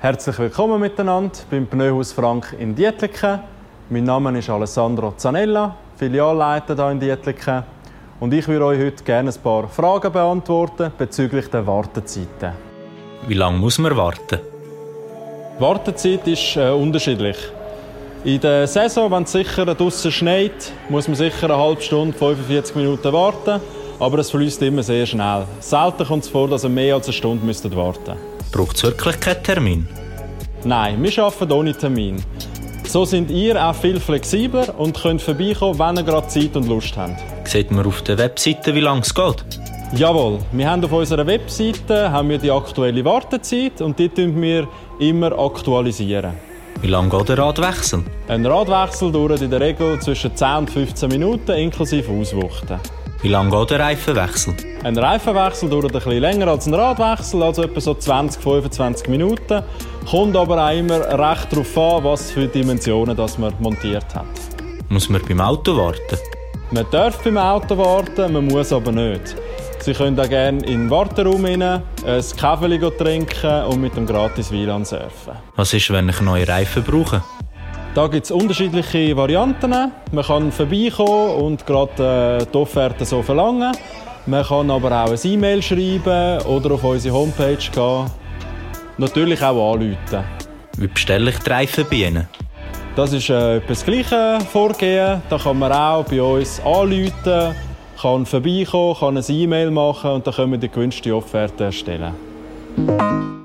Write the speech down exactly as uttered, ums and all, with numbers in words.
Herzlich willkommen miteinander beim Pneuhaus Frank in Dietliken. Mein Name ist Alessandro Zanella, Filialleiter hier in Dietliken. Und ich würde euch heute gerne ein paar Fragen beantworten bezüglich der Wartezeiten. Wie lange muss man warten? Die Wartezeit ist äh, unterschiedlich. In der Saison, wenn es sicher draussen schneit, muss man sicher eine halbe Stunde, fünfundvierzig Minuten warten. Aber es fließt immer sehr schnell. Selten kommt es vor, dass ihr mehr als eine Stunde müsst warten müsst. Braucht es wirklich keinen Termin? Nein, wir arbeiten ohne Termin. So sind ihr auch viel flexibler und könnt vorbeikommen, wenn ihr gerade Zeit und Lust habt. Sieht man auf der Webseite, wie lange es geht? Jawohl, wir haben auf unserer Webseite haben wir die aktuelle Wartezeit und die aktualisieren wir immer aktualisieren. Wie lange geht der Radwechsel? Ein Radwechsel dauert in der Regel zwischen zehn und fünfzehn Minuten inklusive Auswuchten. Wie lange geht der Reifenwechsel? Ein Reifenwechsel dauert ein bisschen länger als ein Radwechsel, also etwa so zwanzig bis fünfundzwanzig Minuten. Kommt aber auch immer recht darauf an, was für Dimensionen das man montiert hat. Muss man beim Auto warten? Man darf beim Auto warten, man muss aber nicht. Sie können auch gerne in den Warteraum rein, ein Kaffee trinken und mit dem gratis W L A N surfen. Was ist, wenn ich neue Reifen brauche? Da gibt es unterschiedliche Varianten. Man kann vorbeikommen und gerade äh, die Offerte so verlangen. Man kann aber auch ein E-Mail schreiben oder auf unsere Homepage gehen. Natürlich auch anrufen. Wie bestelle ich die Reifen bei Ihnen? Das ist äh, das gleiche Vorgehen. Da kann man auch bei uns anrufen, kann vorbeikommen, kann ein E-Mail machen und dann können wir die gewünschte Offerte erstellen.